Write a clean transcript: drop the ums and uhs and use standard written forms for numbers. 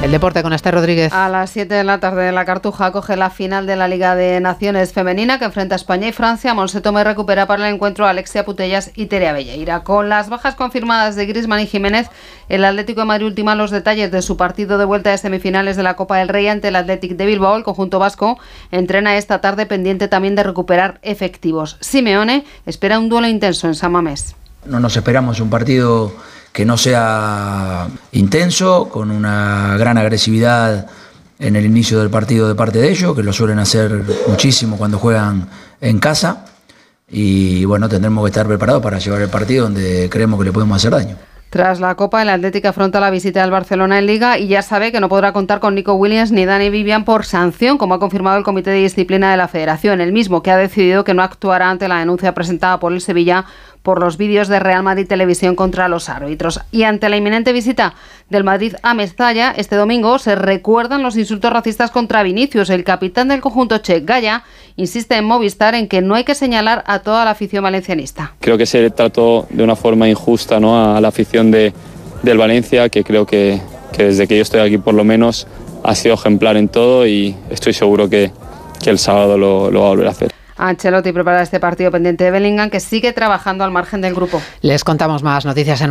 El deporte con Esther Rodríguez. A las 7 de la tarde la Cartuja coge la final de la Liga de Naciones femenina que enfrenta a España y Francia. Monse Tomé recupera para el encuentro a Alexia Putellas y Terea Belleira. Con las bajas confirmadas de Griezmann y Jiménez, el Atlético de Madrid ultima los detalles de su partido de vuelta de semifinales de la Copa del Rey ante el Athletic de Bilbao. El conjunto vasco entrena esta tarde pendiente también de recuperar efectivos. Simeone espera un duelo intenso en San Mamés. No nos esperamos un partido que no sea intenso, con una gran agresividad en el inicio del partido de parte de ellos, que lo suelen hacer muchísimo cuando juegan en casa. Y bueno, tendremos que estar preparados para llevar el partido donde creemos que le podemos hacer daño. Tras la Copa, el Atlético afronta la visita del Barcelona en Liga y ya sabe que no podrá contar con Nico Williams ni Dani Vivian por sanción, como ha confirmado el Comité de Disciplina de la Federación, el mismo que ha decidido que no actuará ante la denuncia presentada por el Sevilla por los vídeos de Real Madrid Televisión contra los árbitros. Y ante la inminente visita del Madrid a Mestalla, este domingo se recuerdan los insultos racistas contra Vinicius. El capitán del conjunto Che, Gaya, insiste en Movistar en que no hay que señalar a toda la afición valencianista. Creo que se trató de una forma injusta, ¿no?, a la afición del Valencia, que creo que desde que yo estoy aquí por lo menos ha sido ejemplar en todo y estoy seguro que el sábado lo va a volver a hacer. Ancelotti prepara este partido pendiente de Bellingham, que sigue trabajando al margen del grupo. Les contamos más noticias en